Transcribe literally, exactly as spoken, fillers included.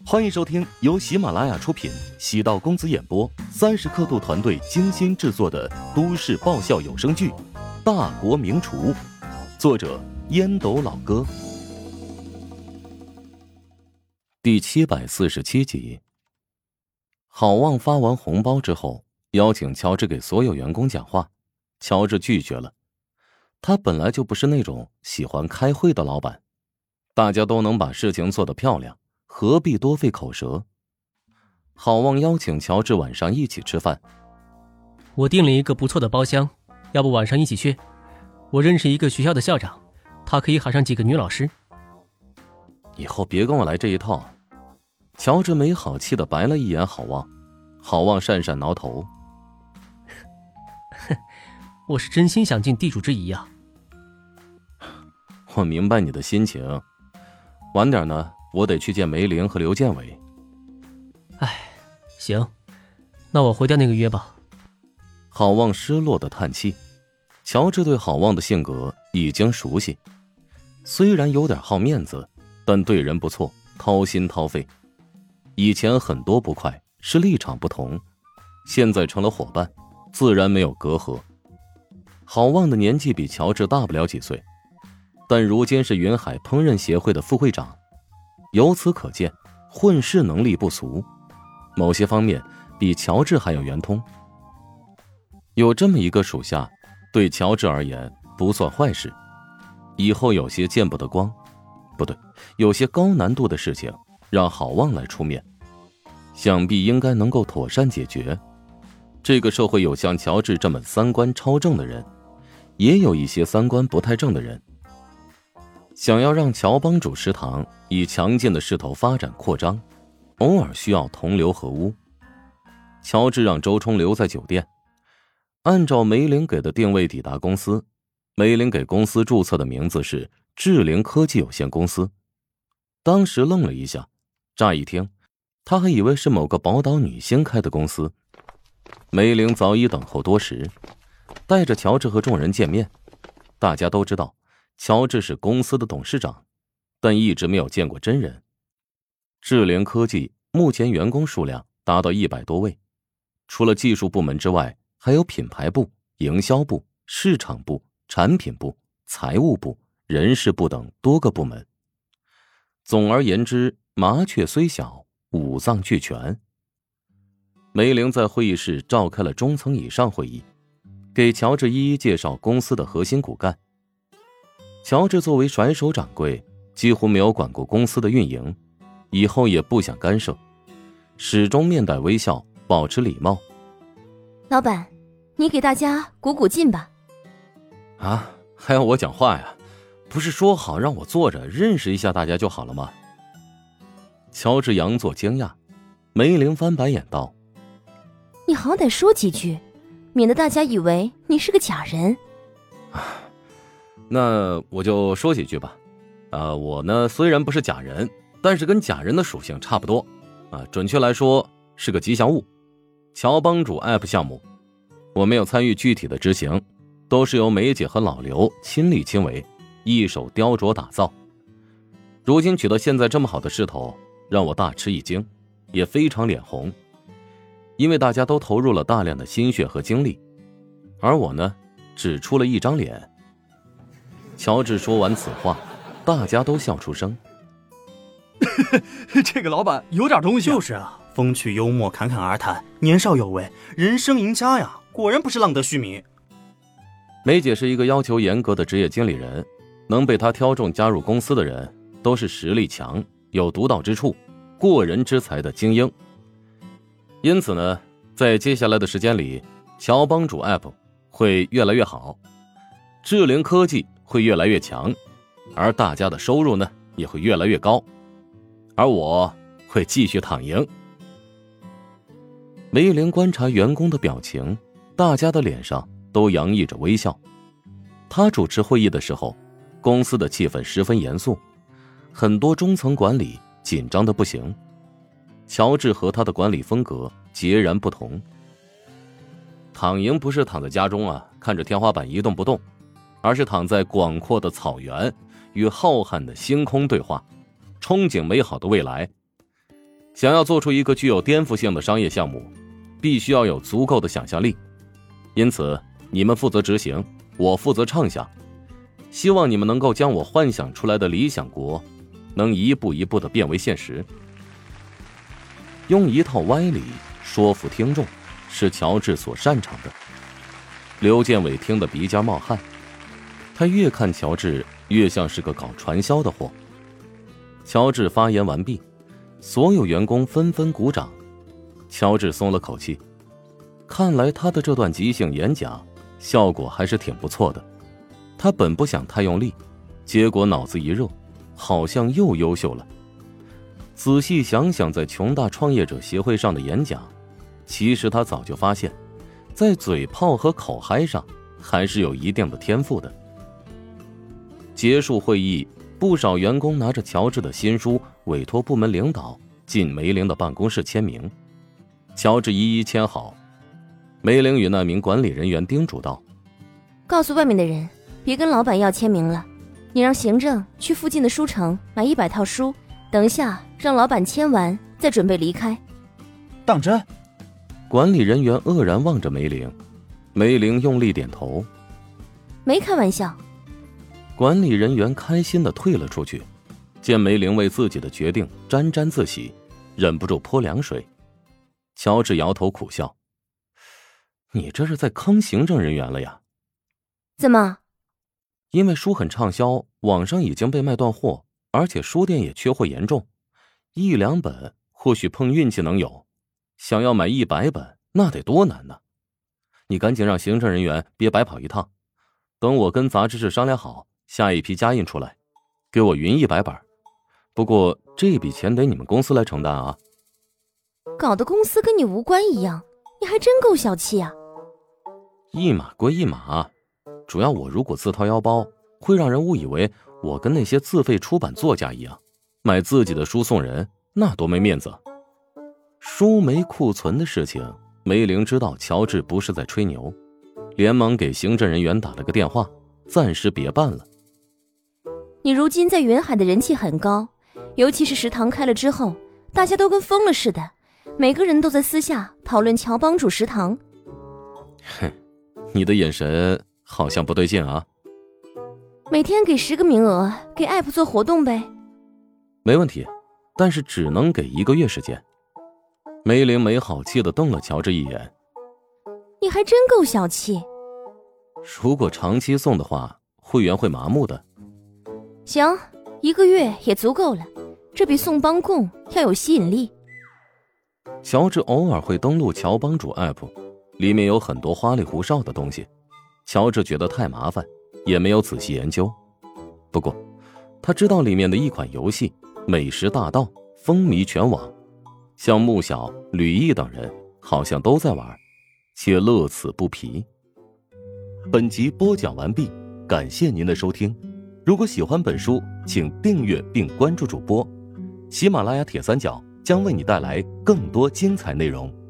欢迎收听由喜马拉雅出品，喜道公子演播，三十刻度团队精心制作的都市爆笑有声剧《大国名厨》，作者烟斗老哥，第七百四十七集。郝旺发完红包之后，邀请乔治给所有员工讲话，乔治拒绝了。他本来就不是那种喜欢开会的老板，大家都能把事情做得漂亮，何必多费口舌？郝旺邀请乔治晚上一起吃饭。 我订了一个不错的包厢，要不晚上一起去？我认识一个学校的校长，他可以喊上几个女老师。 以后别跟我来这一套。乔治没好气地白了一眼郝旺，郝旺讪讪挠头。 我是真心想尽地主之谊啊。 我明白你的心情，晚点呢，我得去见梅玲和刘建伟。 唉，行，那我回掉那个约吧。 郝旺失落的叹气。乔治对郝旺的性格已经熟悉，虽然有点好面子，但对人不错，掏心掏肺。以前很多不快是立场不同，现在成了伙伴，自然没有隔阂。郝旺的年纪比乔治大不了几岁，但如今是云海烹饪协会的副会长，由此可见混事能力不俗，某些方面比乔治还要圆通。有这么一个属下，对乔治而言不算坏事。以后有些见不得光，不对，有些高难度的事情让郝旺来出面，想必应该能够妥善解决。这个社会有像乔治这么三观超正的人，也有一些三观不太正的人。想要让乔帮主食堂以强劲的势头发展扩张，偶尔需要同流合污。乔治让周冲留在酒店，按照梅林给的定位抵达公司。梅林给公司注册的名字是智灵科技有限公司。当时愣了一下，乍一听他还以为是某个宝岛女星开的公司。梅林早已等候多时，带着乔治和众人见面。大家都知道乔治是公司的董事长，但一直没有见过真人。智灵科技目前员工数量达到一百多位，除了技术部门之外，还有品牌部、营销部、市场部、产品部、财务部、人事部等多个部门。总而言之，麻雀虽小，五脏俱全。梅玲在会议室召开了中层以上会议，给乔治一一介绍公司的核心骨干。乔治作为甩手掌柜，几乎没有管过公司的运营，以后也不想干涉，始终面带微笑，保持礼貌。 老板，你给大家鼓鼓劲吧。 啊，还要我讲话呀？不是说好让我坐着认识一下大家就好了吗？乔治佯作惊讶。梅玲翻白眼道： 你好歹说几句，免得大家以为你是个假人。 那我就说几句吧。呃，我呢虽然不是假人，但是跟假人的属性差不多。啊，准确来说是个吉祥物。乔帮主 App 项目，我没有参与具体的执行，都是由梅姐和老刘亲力亲为，一手雕琢打造。如今取得现在这么好的势头，让我大吃一惊，也非常脸红。因为大家都投入了大量的心血和精力，而我呢，只出了一张脸。乔治说完此话，大家都笑出声。 这个老板有点东西。 就是啊，风趣幽默，侃侃而谈，年少有为，人生赢家呀，果然不是浪得虚名。 梅姐是一个要求严格的职业经理人，能被她挑中加入公司的人，都是实力强、有独到之处、过人之才的精英。因此呢，在接下来的时间里，乔帮主 App 会越来越好，智灵科技会越来越强，而大家的收入呢也会越来越高，而我会继续躺赢。梅玲观察员工的表情，大家的脸上都洋溢着微笑。他主持会议的时候，公司的气氛十分严肃，很多中层管理紧张的不行。乔治和他的管理风格截然不同。躺赢不是躺在家中啊，看着天花板一动不动，而是躺在广阔的草原，与浩瀚的星空对话，憧憬美好的未来。 想要做出一个具有颠覆性的商业项目，必须要有足够的想象力。因此，你们负责执行，我负责畅想。希望你们能够将我幻想出来的理想国，能一步一步地变为现实。用一套歪理说服听众，是乔治所擅长的。刘建伟听得鼻尖冒汗，他越看乔治越像是个搞传销的货。乔治发言完毕，所有员工纷纷鼓掌。乔治松了口气，看来他的这段即兴演讲效果还是挺不错的。他本不想太用力，结果脑子一热，好像又优秀了。仔细想想在琼大创业者协会上的演讲，其实他早就发现，在嘴炮和口嗨上还是有一定的天赋的。结束会议，不少员工拿着乔治的新书委托部门领导进梅玲的办公室签名。乔治一一签好。梅玲与那名管理人员叮嘱道： 告诉外面的人，别跟老板要签名了，你让行政去附近的书城买一百套书，等一下让老板签完再准备离开。 当真？ 管理人员愕然望着梅玲，梅玲用力点头。 没开玩笑。 管理人员开心地退了出去，见梅玲为自己的决定沾沾自喜，忍不住泼凉水。乔治摇头苦笑：你这是在坑行政人员了呀。 怎么？ 因为书很畅销，网上已经被卖断货，而且书店也缺货严重，一两本或许碰运气能有，想要买一百本那得多难呢。你赶紧让行政人员别白跑一趟，等我跟杂志社商量好下一批加印出来，给我匀一百本。不过这笔钱得你们公司来承担啊。 搞得公司跟你无关一样，你还真够小气啊。 一码归一码，主要我如果自掏腰包，会让人误以为我跟那些自费出版作家一样，买自己的书送人，那多没面子。书没库存的事情，梅玲知道乔治不是在吹牛，连忙给行政人员打了个电话，暂时别办了。 你如今在云海的人气很高，尤其是食堂开了之后，大家都跟疯了似的，每个人都在私下讨论乔帮主食堂。 哼，你的眼神好像不对劲啊。 每天给十个名额，给 app 做活动呗。 没问题，但是只能给一个月时间。梅玲没好气地瞪了乔治一眼。 你还真够小气。 如果长期送的话，会员会麻木的。 行，一个月也足够了，这比送帮供要有吸引力。 乔治偶尔会登录乔帮主 app， 里面有很多花里胡哨的东西，乔治觉得太麻烦，也没有仔细研究。不过他知道里面的一款游戏美食大盗风靡全网，像穆小、吕毅等人好像都在玩，且乐此不疲。本集播讲完毕，感谢您的收听。如果喜欢本书，请订阅并关注主播。喜马拉雅铁三角将为你带来更多精彩内容。